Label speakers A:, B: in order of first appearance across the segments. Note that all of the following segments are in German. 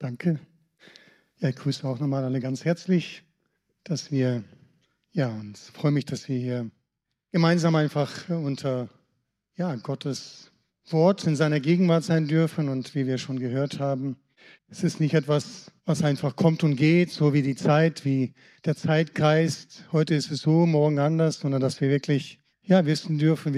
A: Danke. Ja, ich grüße auch nochmal alle ganz herzlich, und freue mich, dass wir hier gemeinsam einfach unter Gottes Wort in seiner Gegenwart sein dürfen. Und wie wir schon gehört haben, es ist nicht etwas, was einfach kommt und geht, so wie die Zeit, wie der Zeitgeist. Heute ist es so, morgen anders, sondern dass wir wirklich wissen dürfen,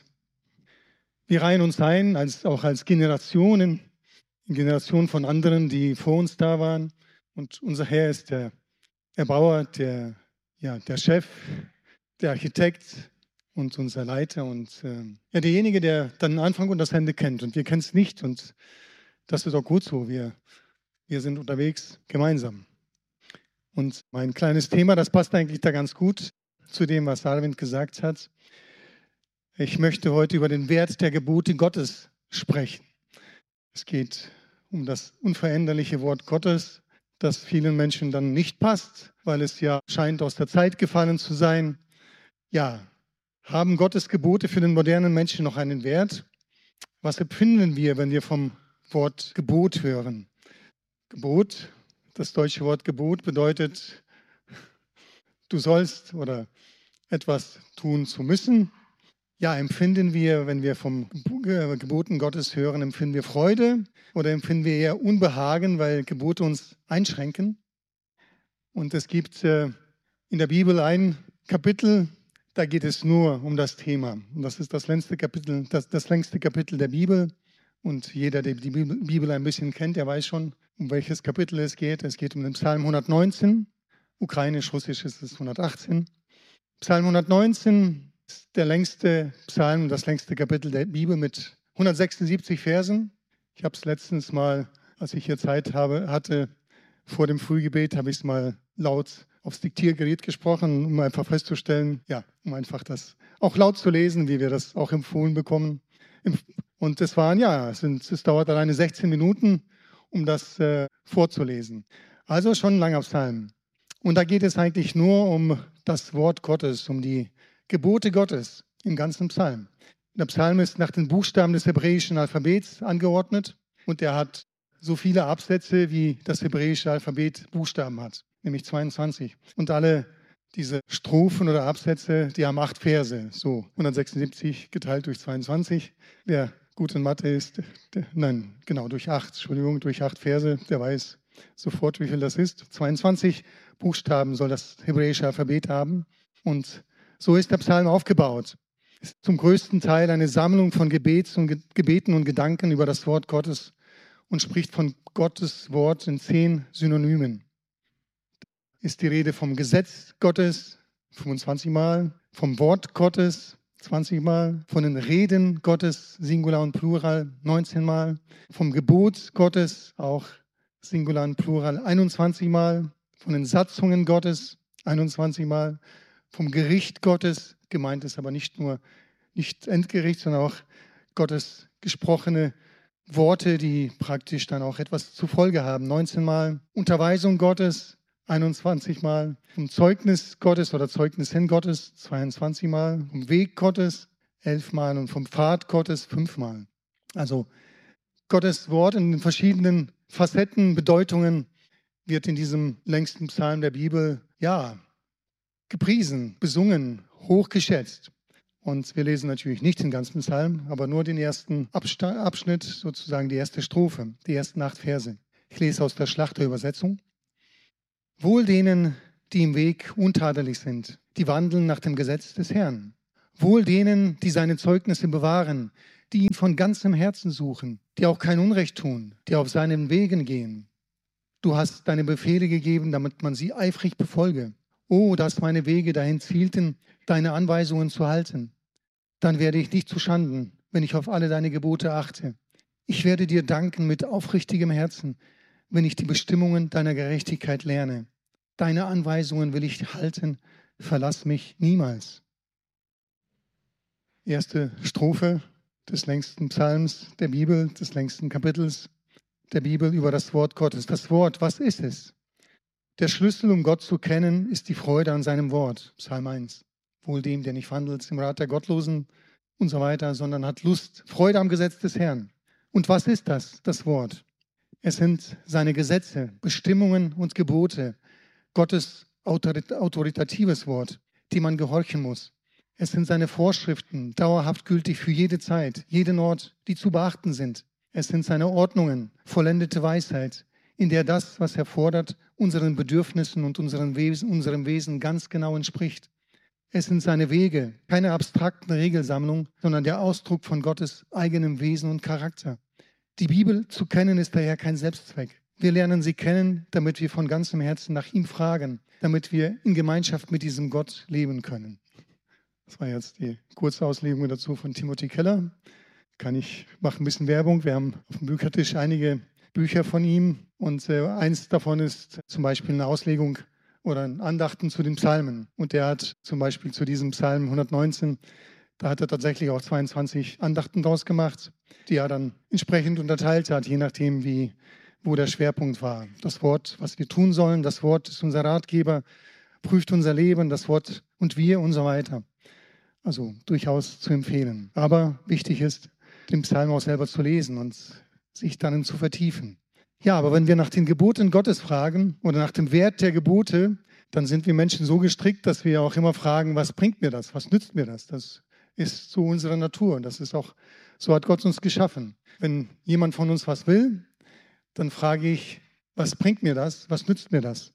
A: wir reihen uns ein, auch als Generationen von anderen, die vor uns da waren. Und unser Herr ist der Erbauer, der Chef, der Architekt und unser Leiter und derjenige, der dann den Anfang und das Ende kennt. Und wir kennen es nicht und das ist auch gut so. Wir sind unterwegs gemeinsam. Und mein kleines Thema, das passt eigentlich da ganz gut zu dem, was Arvind gesagt hat. Ich möchte heute über den Wert der Gebote Gottes sprechen. Es geht um das unveränderliche Wort Gottes, das vielen Menschen dann nicht passt, weil es ja scheint aus der Zeit gefallen zu sein. Ja, haben Gottes Gebote für den modernen Menschen noch einen Wert? Was empfinden wir, wenn wir vom Wort Gebot hören? Gebot, das deutsche Wort Gebot bedeutet, du sollst oder etwas tun zu müssen. Ja, empfinden wir, wenn wir vom Geboten Gottes hören, empfinden wir Freude oder empfinden wir eher Unbehagen, weil Gebote uns einschränken? Und es gibt in der Bibel ein Kapitel, da geht es nur um das Thema. Und das ist das längste Kapitel, das längste Kapitel der Bibel. Und jeder, der die Bibel ein bisschen kennt, der weiß schon, um welches Kapitel es geht. Es geht um den Psalm 119. Ukrainisch, russisch ist es 118. Psalm 119 ist der längste Psalm, das längste Kapitel der Bibel mit 176 Versen. Ich habe es letztens mal, als ich hier Zeit hatte, vor dem Frühgebet, habe ich es mal laut aufs Diktiergerät gesprochen, um einfach festzustellen, um einfach das auch laut zu lesen, wie wir das auch empfohlen bekommen. Und es dauert alleine 16 Minuten, um das vorzulesen. Also schon ein langer Psalm. Und da geht es eigentlich nur um das Wort Gottes, um die Gebote Gottes im ganzen Psalm. Der Psalm ist nach den Buchstaben des hebräischen Alphabets angeordnet und er hat so viele Absätze, wie das hebräische Alphabet Buchstaben hat, nämlich 22. Und alle diese Strophen oder Absätze, die haben 8 Verse, so 176 geteilt durch 22. Wer gut in Mathe ist, durch 8 Verse, der weiß sofort, wie viel das ist. 22 Buchstaben soll das hebräische Alphabet haben und so ist der Psalm aufgebaut. Es ist zum größten Teil eine Sammlung von Gebeten und Gedanken über das Wort Gottes und spricht von Gottes Wort in 10 Synonymen. Ist die Rede vom Gesetz Gottes 25 Mal, vom Wort Gottes 20 Mal, von den Reden Gottes Singular und Plural 19 Mal, vom Gebot Gottes auch Singular und Plural 21 Mal, von den Satzungen Gottes 21 Mal, vom Gericht Gottes, gemeint ist aber nicht Endgericht, sondern auch Gottes gesprochene Worte, die praktisch dann auch etwas zur Folge haben. 19 Mal Unterweisung Gottes, 21 Mal vom Zeugnis Gottes oder Zeugnis hin Gottes, 22 Mal vom Weg Gottes, 11 Mal und vom Pfad Gottes, 5 Mal. Also Gottes Wort in den verschiedenen Facetten, Bedeutungen wird in diesem längsten Psalm der Bibel, gepriesen, besungen, hochgeschätzt. Und wir lesen natürlich nicht den ganzen Psalm, aber nur den ersten Abschnitt, sozusagen die erste Strophe, die ersten 8 Verse. Ich lese aus der Schlachterübersetzung. Wohl denen, die im Weg untadelig sind, die wandeln nach dem Gesetz des Herrn. Wohl denen, die seine Zeugnisse bewahren, die ihn von ganzem Herzen suchen, die auch kein Unrecht tun, die auf seinen Wegen gehen. Du hast deine Befehle gegeben, damit man sie eifrig befolge. Oh, dass meine Wege dahin zielten, deine Anweisungen zu halten. Dann werde ich nicht zu Schanden, wenn ich auf alle deine Gebote achte. Ich werde dir danken mit aufrichtigem Herzen, wenn ich die Bestimmungen deiner Gerechtigkeit lerne. Deine Anweisungen will ich halten, verlass mich niemals. Erste Strophe des längsten Psalms der Bibel, des längsten Kapitels der Bibel über das Wort Gottes. Das Wort, was ist es? Der Schlüssel, um Gott zu kennen, ist die Freude an seinem Wort. Psalm 1. Wohl dem, der nicht wandelt im Rat der Gottlosen und so weiter, sondern hat Lust, Freude am Gesetz des Herrn. Und was ist das Wort? Es sind seine Gesetze, Bestimmungen und Gebote, Gottes autoritatives Wort, dem man gehorchen muss. Es sind seine Vorschriften, dauerhaft gültig für jede Zeit, jeden Ort, die zu beachten sind. Es sind seine Ordnungen, vollendete Weisheit, in der das, was er fordert, unseren Bedürfnissen und unserem Wesen ganz genau entspricht. Es sind seine Wege, keine abstrakten Regelsammlung, sondern der Ausdruck von Gottes eigenem Wesen und Charakter. Die Bibel zu kennen ist daher kein Selbstzweck. Wir lernen sie kennen, damit wir von ganzem Herzen nach ihm fragen, damit wir in Gemeinschaft mit diesem Gott leben können. Das war jetzt die kurze Auslegung dazu von Timothy Keller. Ich mache ein bisschen Werbung. Wir haben auf dem Büchertisch einige Bücher von ihm und eins davon ist zum Beispiel eine Auslegung oder ein Andachten zu den Psalmen. Und der hat zum Beispiel zu diesem Psalm 119, da hat er tatsächlich auch 22 Andachten draus gemacht, die er dann entsprechend unterteilt hat, je nachdem, wo der Schwerpunkt war. Das Wort, was wir tun sollen, das Wort ist unser Ratgeber, prüft unser Leben, das Wort und wir und so weiter. Also durchaus zu empfehlen. Aber wichtig ist, den Psalm auch selber zu lesen und sich darin zu vertiefen. Ja, aber wenn wir nach den Geboten Gottes fragen oder nach dem Wert der Gebote, dann sind wir Menschen so gestrickt, dass wir auch immer fragen, was bringt mir das? Was nützt mir das? Das ist so unsere Natur. Das ist auch, so hat Gott uns geschaffen. Wenn jemand von uns was will, dann frage ich, was bringt mir das? Was nützt mir das?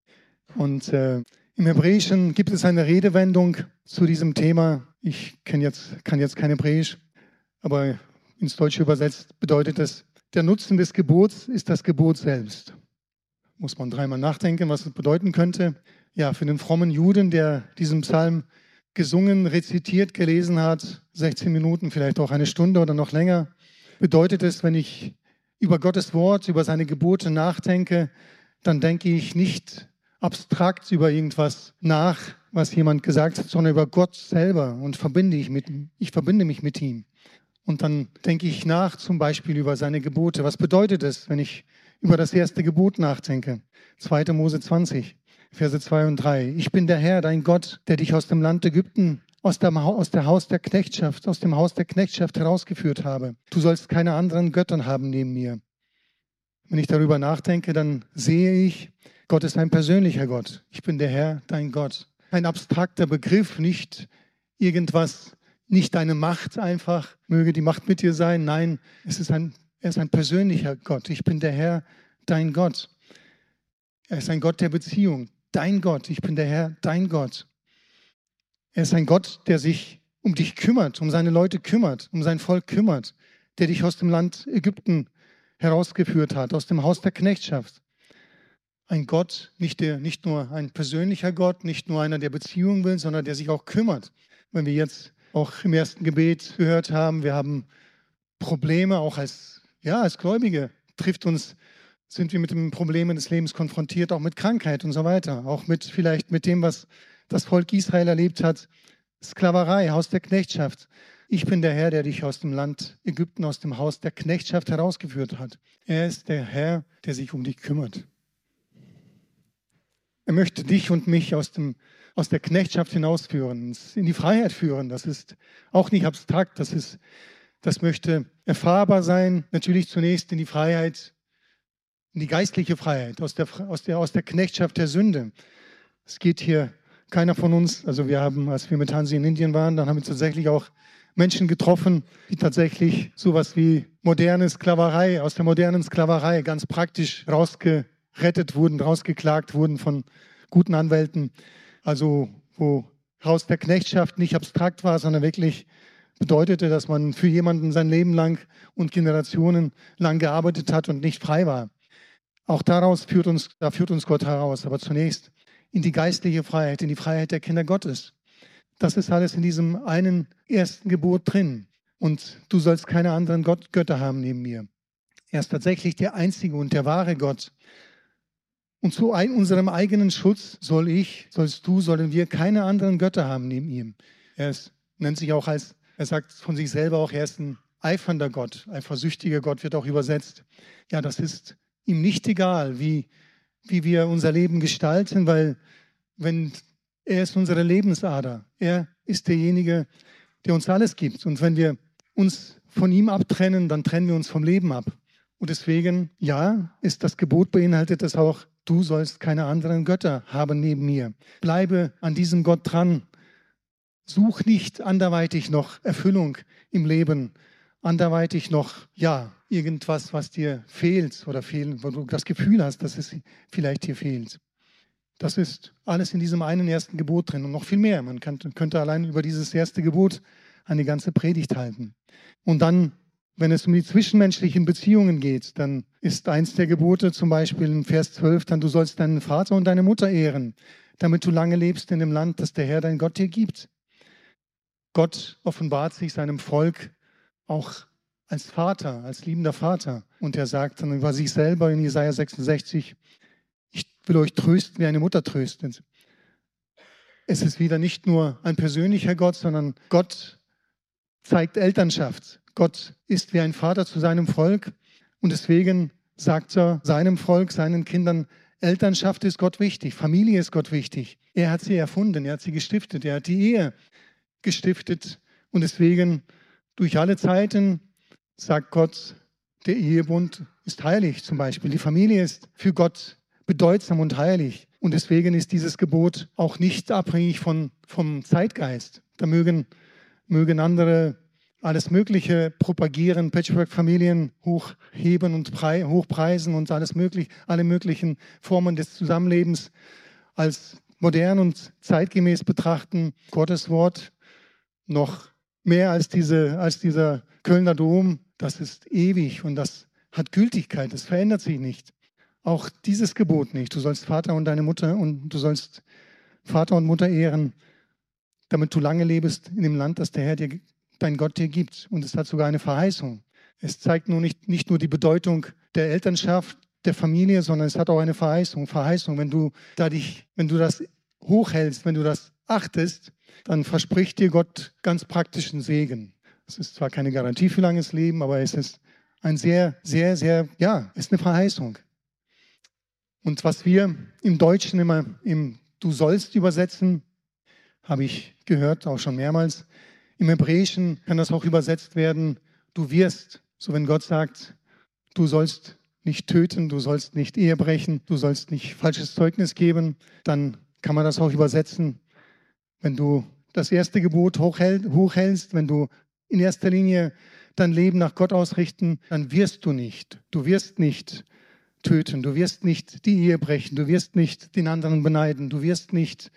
A: Und im Hebräischen gibt es eine Redewendung zu diesem Thema. Ich kann jetzt kein Hebräisch, aber ins Deutsche übersetzt bedeutet es, der Nutzen des Gebots ist das Gebot selbst. Muss man dreimal nachdenken, was es bedeuten könnte. Ja, für den frommen Juden, der diesen Psalm gesungen, rezitiert, gelesen hat, 16 Minuten, vielleicht auch eine Stunde oder noch länger, bedeutet es, wenn ich über Gottes Wort, über seine Gebote nachdenke, dann denke ich nicht abstrakt über irgendwas nach, was jemand gesagt hat, sondern über Gott selber und ich verbinde mich mit ihm. Und dann denke ich nach zum Beispiel über seine Gebote. Was bedeutet es, wenn ich über das erste Gebot nachdenke? 2. Mose 20, Verse 2 und 3. Ich bin der Herr, dein Gott, der dich aus dem Land Ägypten, aus dem Haus der Knechtschaft herausgeführt habe. Du sollst keine anderen Götter haben neben mir. Wenn ich darüber nachdenke, dann sehe ich, Gott ist ein persönlicher Gott. Ich bin der Herr, dein Gott. Ein abstrakter Begriff, nicht irgendwas, nicht deine Macht einfach, möge die Macht mit dir sein. Nein, er ist ein persönlicher Gott. Ich bin der Herr, dein Gott. Er ist ein Gott der Beziehung. Dein Gott, ich bin der Herr, dein Gott. Er ist ein Gott, der sich um dich kümmert, um seine Leute kümmert, um sein Volk kümmert, der dich aus dem Land Ägypten herausgeführt hat, aus dem Haus der Knechtschaft. Ein Gott, nicht nur ein persönlicher Gott, nicht nur einer, der Beziehung will, sondern der sich auch kümmert. Wenn wir jetzt auch im ersten Gebet gehört haben, wir haben Probleme, auch als Gläubige sind wir mit den Problemen des Lebens konfrontiert, auch mit Krankheit und so weiter, auch vielleicht mit dem, was das Volk Israel erlebt hat, Sklaverei, Haus der Knechtschaft. Ich bin der Herr, der dich aus dem Land Ägypten, aus dem Haus der Knechtschaft herausgeführt hat. Er ist der Herr, der sich um dich kümmert. Er möchte dich und mich aus der Knechtschaft hinausführen, in die Freiheit führen. Das ist auch nicht abstrakt, das möchte erfahrbar sein. Natürlich zunächst in die Freiheit, in die geistliche Freiheit, aus der Knechtschaft der Sünde. Es geht hier keiner von uns, also als wir mit Hansi in Indien waren, dann haben wir tatsächlich auch Menschen getroffen, die tatsächlich sowas wie aus der modernen Sklaverei ganz praktisch rausgerettet wurden, rausgeklagt wurden von guten Anwälten. Also wo Haus der Knechtschaft nicht abstrakt war, sondern wirklich bedeutete, dass man für jemanden sein Leben lang und Generationen lang gearbeitet hat und nicht frei war. Auch da führt uns Gott heraus, aber zunächst in die geistliche Freiheit, in die Freiheit der Kinder Gottes. Das ist alles in diesem einen ersten Gebot drin. Und du sollst keine anderen Götter haben neben mir. Er ist tatsächlich der einzige und der wahre Gott. Und zu unserem eigenen Schutz sollen wir keine anderen Götter haben neben ihm. Er sagt von sich selber auch, er ist ein eifernder Gott, eifersüchtiger Gott wird auch übersetzt. Ja, das ist ihm nicht egal, wie wir unser Leben gestalten, weil er ist unsere Lebensader. Er ist derjenige, der uns alles gibt. Und wenn wir uns von ihm abtrennen, dann trennen wir uns vom Leben ab. Und deswegen, ja, ist das Gebot beinhaltet es auch, du sollst keine anderen Götter haben neben mir. Bleibe an diesem Gott dran. Such nicht anderweitig noch Erfüllung im Leben, anderweitig noch, ja, irgendwas, was dir fehlt oder fehlen, wo du das Gefühl hast, dass es vielleicht dir fehlt. Das ist alles in diesem einen ersten Gebot drin und noch viel mehr. Man könnte allein über dieses erste Gebot eine ganze Predigt halten. Und dann, wenn es um die zwischenmenschlichen Beziehungen geht, dann ist eins der Gebote zum Beispiel in Vers 12, dann du sollst deinen Vater und deine Mutter ehren, damit du lange lebst in dem Land, das der Herr dein Gott dir gibt. Gott offenbart sich seinem Volk auch als Vater, als liebender Vater. Und er sagt dann über sich selber in Jesaja 66, ich will euch trösten, wie eine Mutter tröstet. Es ist wieder nicht nur ein persönlicher Gott, sondern Gott zeigt Elternschaft. Gott ist wie ein Vater zu seinem Volk. Und deswegen sagt er seinem Volk, seinen Kindern, Elternschaft ist Gott wichtig, Familie ist Gott wichtig. Er hat sie erfunden, er hat sie gestiftet, er hat die Ehe gestiftet. Und deswegen durch alle Zeiten sagt Gott, der Ehebund ist heilig zum Beispiel. Die Familie ist für Gott bedeutsam und heilig. Und deswegen ist dieses Gebot auch nicht abhängig vom Zeitgeist. Da mögen andere alles Mögliche propagieren, Patchwork-Familien hochheben und hochpreisen und alles mögliche, alle möglichen Formen des Zusammenlebens als modern und zeitgemäß betrachten. Gottes Wort noch mehr als dieser Kölner Dom, das ist ewig und das hat Gültigkeit, das verändert sich nicht. Auch dieses Gebot nicht. Du sollst Vater und Mutter ehren, damit du lange lebst in dem Land, das der Herr dein Gott dir gibt. Und es hat sogar eine Verheißung. Es zeigt nicht nur die Bedeutung der Elternschaft, der Familie, sondern es hat auch eine Verheißung. Wenn du das hochhältst, wenn du das achtest, dann verspricht dir Gott ganz praktischen Segen. Es ist zwar keine Garantie für langes Leben, aber es ist ein sehr, sehr, sehr, ja, ist eine Verheißung. Und was wir im Deutschen immer im Du sollst übersetzen, habe ich gehört, auch schon mehrmals. Im Hebräischen kann das auch übersetzt werden, du wirst. So wenn Gott sagt, du sollst nicht töten, du sollst nicht Ehe brechen, du sollst nicht falsches Zeugnis geben, dann kann man das auch übersetzen. Wenn du das erste Gebot hochhältst, wenn du in erster Linie dein Leben nach Gott ausrichten, dann wirst du nicht. Du wirst nicht töten, du wirst nicht die Ehe brechen, du wirst nicht den anderen beneiden, du wirst nicht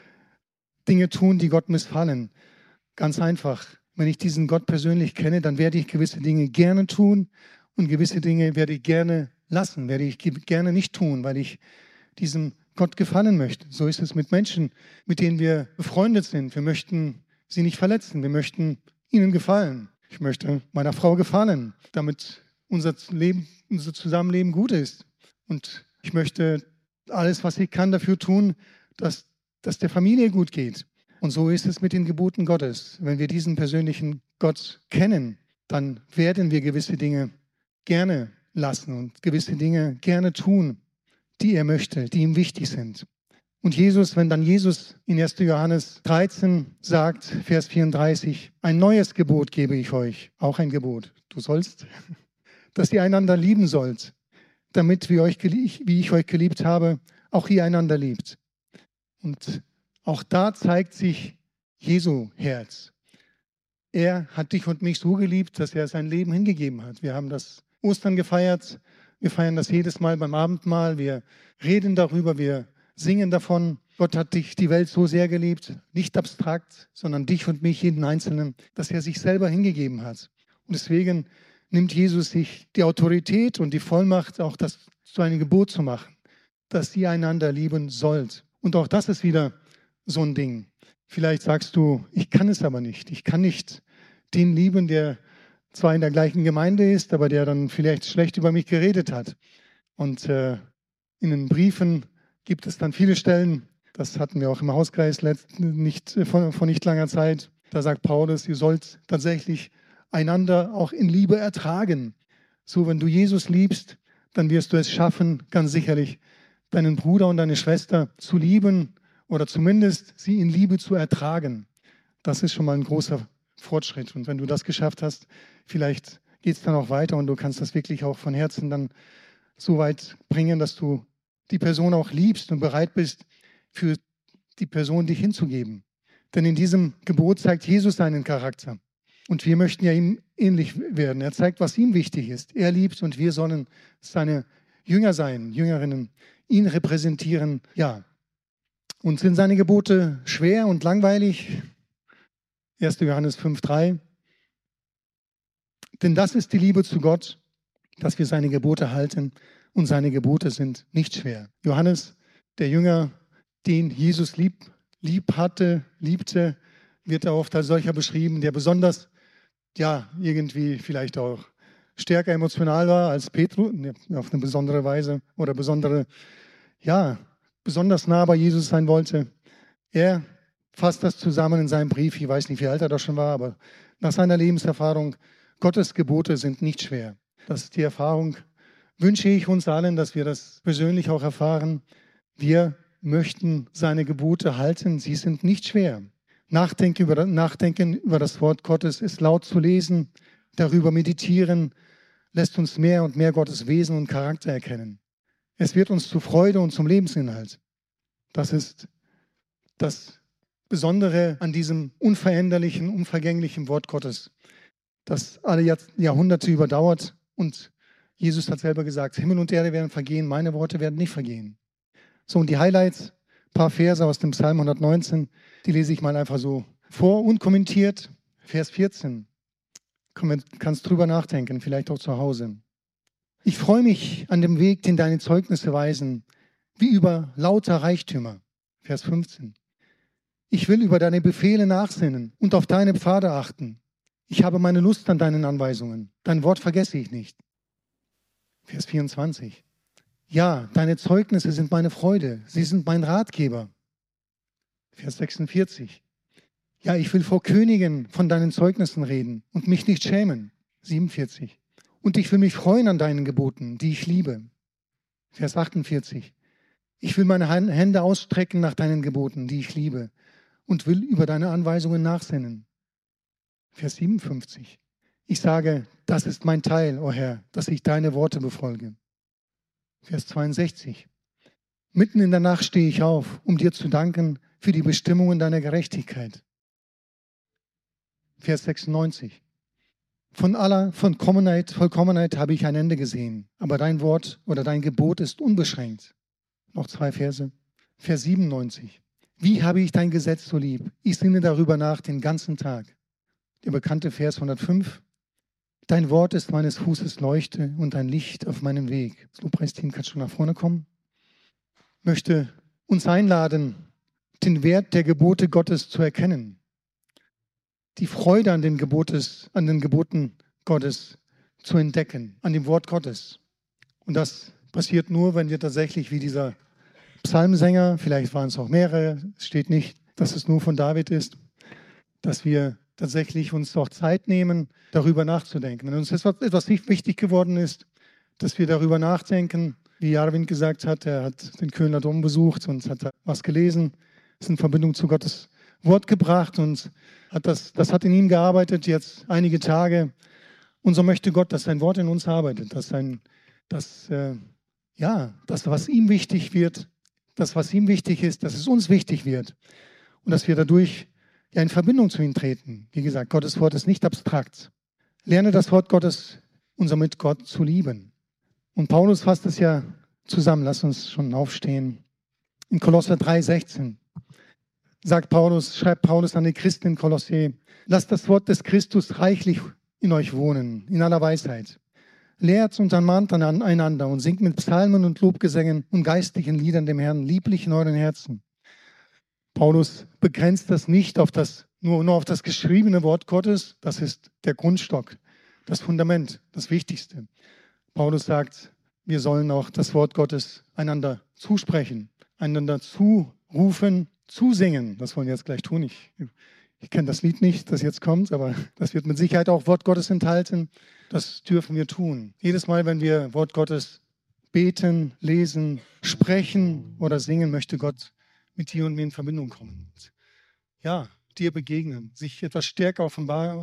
A: Dinge tun, die Gott missfallen. Ganz einfach. Wenn ich diesen Gott persönlich kenne, dann werde ich gewisse Dinge gerne tun und gewisse Dinge werde ich gerne lassen, werde ich gerne nicht tun, weil ich diesem Gott gefallen möchte. So ist es mit Menschen, mit denen wir befreundet sind. Wir möchten sie nicht verletzen, wir möchten ihnen gefallen. Ich möchte meiner Frau gefallen, damit unser Zusammenleben gut ist. Und ich möchte alles, was ich kann, dafür tun, dass der Familie gut geht. Und so ist es mit den Geboten Gottes. Wenn wir diesen persönlichen Gott kennen, dann werden wir gewisse Dinge gerne lassen und gewisse Dinge gerne tun, die er möchte, die ihm wichtig sind. Und wenn dann Jesus in 1. Johannes 13 sagt, Vers 34, ein neues Gebot gebe ich euch, auch ein Gebot, du sollst, dass ihr einander lieben sollt, damit, wie ich euch geliebt habe, auch ihr einander liebt. Und auch da zeigt sich Jesu Herz. Er hat dich und mich so geliebt, dass er sein Leben hingegeben hat. Wir haben das Ostern gefeiert, wir feiern das jedes Mal beim Abendmahl, wir reden darüber, wir singen davon. Gott hat die Welt so sehr geliebt, nicht abstrakt, sondern dich und mich, jeden Einzelnen, dass er sich selber hingegeben hat. Und deswegen nimmt Jesus sich die Autorität und die Vollmacht, auch das zu einem Gebot zu machen, dass ihr einander lieben sollt. Und auch das ist wieder so ein Ding. Vielleicht sagst du, ich kann es aber nicht. Ich kann nicht den lieben, der zwar in der gleichen Gemeinde ist, aber der dann vielleicht schlecht über mich geredet hat. Und in den Briefen gibt es dann viele Stellen, das hatten wir auch im Hauskreis vor nicht langer Zeit, da sagt Paulus, ihr sollt tatsächlich einander auch in Liebe ertragen. So, wenn du Jesus liebst, dann wirst du es schaffen, ganz sicherlich, deinen Bruder und deine Schwester zu lieben oder zumindest sie in Liebe zu ertragen. Das ist schon mal ein großer Fortschritt. Und wenn du das geschafft hast, vielleicht geht es dann auch weiter und du kannst das wirklich auch von Herzen dann so weit bringen, dass du die Person auch liebst und bereit bist, für die Person dich hinzugeben. Denn in diesem Gebot zeigt Jesus seinen Charakter. Und wir möchten ja ihm ähnlich werden. Er zeigt, was ihm wichtig ist. Er liebt und wir sollen seine Jünger sein, Jüngerinnen, ihn repräsentieren. Ja. Und sind seine Gebote schwer und langweilig? 1. Johannes 5,3. Denn das ist die Liebe zu Gott, dass wir seine Gebote halten und seine Gebote sind nicht schwer. Johannes, der Jünger, den Jesus liebte, wird er oft als solcher beschrieben, der besonders, ja, irgendwie vielleicht auch stärker emotional war als Petrus, auf eine besondere Weise oder besonders nah bei Jesus sein wollte. Er fasst das zusammen in seinem Brief, ich weiß nicht, wie alt er da schon war, aber nach seiner Lebenserfahrung, Gottes Gebote sind nicht schwer. Das ist die Erfahrung, wünsche ich uns allen, dass wir das persönlich auch erfahren. Wir möchten seine Gebote halten, sie sind nicht schwer. Nachdenken über das Wort Gottes ist laut zu lesen, darüber meditieren, lässt uns mehr und mehr Gottes Wesen und Charakter erkennen. Es wird uns zu Freude und zum Lebensinhalt. Das ist das Besondere an diesem unveränderlichen, unvergänglichen Wort Gottes, das alle Jahrhunderte überdauert. Und Jesus hat selber gesagt, Himmel und Erde werden vergehen, meine Worte werden nicht vergehen. So, und die Highlights, ein paar Verse aus dem Psalm 119, die lese ich mal einfach so vor, unkommentiert. Vers 14. Kannst drüber nachdenken, vielleicht auch zu Hause. Ich freue mich an dem Weg, den deine Zeugnisse weisen, wie über lauter Reichtümer. Vers 15. Ich will über deine Befehle nachsinnen und auf deine Pfade achten. Ich habe meine Lust an deinen Anweisungen. Dein Wort vergesse ich nicht. Vers 24. Ja, deine Zeugnisse sind meine Freude. Sie sind mein Ratgeber. Vers 46. Ja, ich will vor Königen von deinen Zeugnissen reden und mich nicht schämen. 47. Und ich will mich freuen an deinen Geboten, die ich liebe. Vers 48. Ich will meine Hände ausstrecken nach deinen Geboten, die ich liebe, und will über deine Anweisungen nachsinnen. Vers 57. Ich sage, das ist mein Teil, o Herr, dass ich deine Worte befolge. Vers 62. Mitten in der Nacht stehe ich auf, um dir zu danken für die Bestimmungen deiner Gerechtigkeit. Vers 96. Von aller Vollkommenheit habe ich ein Ende gesehen, aber dein Wort oder dein Gebot ist unbeschränkt. Noch 2 Verse. Vers 97. Wie habe ich dein Gesetz so lieb? Ich sinne darüber nach den ganzen Tag. Der bekannte Vers 105. Dein Wort ist meines Fußes Leuchte und ein Licht auf meinem Weg. Das Lobpreisteam kann schon nach vorne kommen. Ich möchte uns einladen, den Wert der Gebote Gottes zu erkennen. Die Freude an den Geboten Gottes zu entdecken, an dem Wort Gottes. Und das passiert nur, wenn wir tatsächlich wie dieser Psalmsänger, vielleicht waren es auch mehrere, es steht nicht, dass es nur von David ist, dass wir tatsächlich uns auch Zeit nehmen, darüber nachzudenken. Wenn uns etwas wichtig geworden ist, dass wir darüber nachdenken, wie Jarwin gesagt hat, er hat den Kölner Dom besucht und hat was gelesen, ist in Verbindung zu Gottes Wort gebracht und das hat in ihm gearbeitet, jetzt einige Tage. Und so möchte Gott, dass sein Wort in uns arbeitet, dass was ihm wichtig wird, was ihm wichtig ist, dass es uns wichtig wird und dass wir dadurch in Verbindung zu ihm treten. Wie gesagt, Gottes Wort ist nicht abstrakt. Lerne das Wort Gottes und somit Gott zu lieben. Und Paulus fasst es ja zusammen. Lass uns schon aufstehen. In Kolosser 3,16 schreibt Paulus an die Christen in Kolossä: Lasst das Wort des Christus reichlich in euch wohnen, in aller Weisheit. Lehrt und ermahnt einander und singt mit Psalmen und Lobgesängen und geistlichen Liedern dem Herrn lieblich in euren Herzen. Paulus begrenzt das nicht nur auf das geschriebene Wort Gottes. Das ist der Grundstock, das Fundament, das Wichtigste. Paulus sagt, wir sollen auch das Wort Gottes einander zusprechen, einander zurufen, zusingen. Das wollen wir jetzt gleich tun. Ich kenne das Lied nicht, das jetzt kommt, aber das wird mit Sicherheit auch Wort Gottes enthalten. Das dürfen wir tun. Jedes Mal, wenn wir Wort Gottes beten, lesen, sprechen oder singen, möchte Gott mit dir und mir in Verbindung kommen. Ja, dir begegnen, sich etwas stärker offenbaren,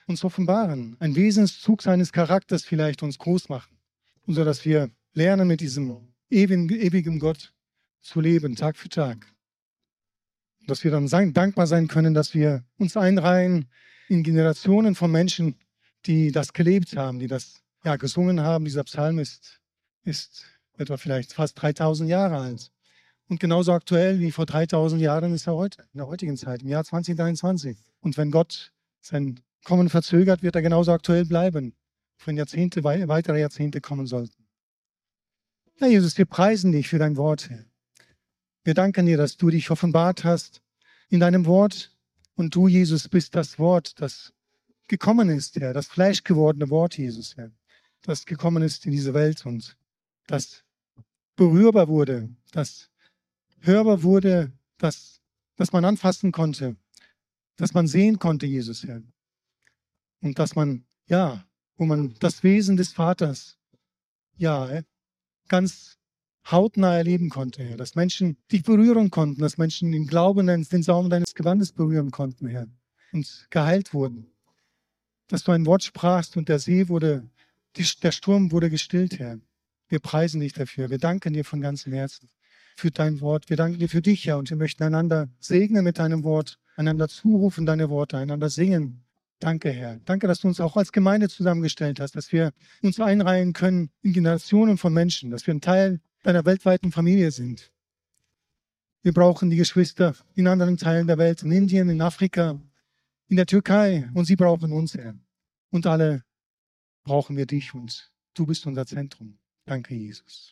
A: uns offenbaren, ein Wesenszug seines Charakters vielleicht uns groß machen, und so dass wir lernen, mit diesem ewigen Gott zu leben, Tag für Tag. Dass wir dann dankbar sein können, dass wir uns einreihen in Generationen von Menschen, die das gelebt haben, die das gesungen haben. Dieser Psalm ist etwa vielleicht fast 3000 Jahre alt. Und genauso aktuell wie vor 3000 Jahren ist er heute, in der heutigen Zeit, im Jahr 2023. Und wenn Gott sein Kommen verzögert, wird er genauso aktuell bleiben, wenn weitere Jahrzehnte kommen sollten. Ja, Jesus, wir preisen dich für dein Wort, Herr. Wir danken dir, dass du dich offenbart hast in deinem Wort. Und du, Jesus, bist das Wort, das gekommen ist, Herr, das fleischgewordene Wort, Jesus, Herr, das gekommen ist in diese Welt und das berührbar wurde, das hörbar wurde, das man anfassen konnte, das man sehen konnte, Jesus, Herr. Und dass man, wo man das Wesen des Vaters, ganz hautnah erleben konnte, Herr. Dass Menschen dich berühren konnten, dass Menschen im Glauben den Saum deines Gewandes berühren konnten, Herr. Und geheilt wurden. Dass du ein Wort sprachst und der Sturm wurde gestillt, Herr. Wir preisen dich dafür. Wir danken dir von ganzem Herzen für dein Wort. Wir danken dir für dich, Herr. Und wir möchten einander segnen mit deinem Wort, einander zurufen deine Worte, einander singen. Danke, Herr. Danke, dass du uns auch als Gemeinde zusammengestellt hast, dass wir uns einreihen können in Generationen von Menschen, dass wir ein Teil deiner weltweiten Familie sind. Wir brauchen die Geschwister in anderen Teilen der Welt, in Indien, in Afrika, in der Türkei, und sie brauchen uns, Herr. Und alle brauchen wir dich und du bist unser Zentrum. Danke, Jesus.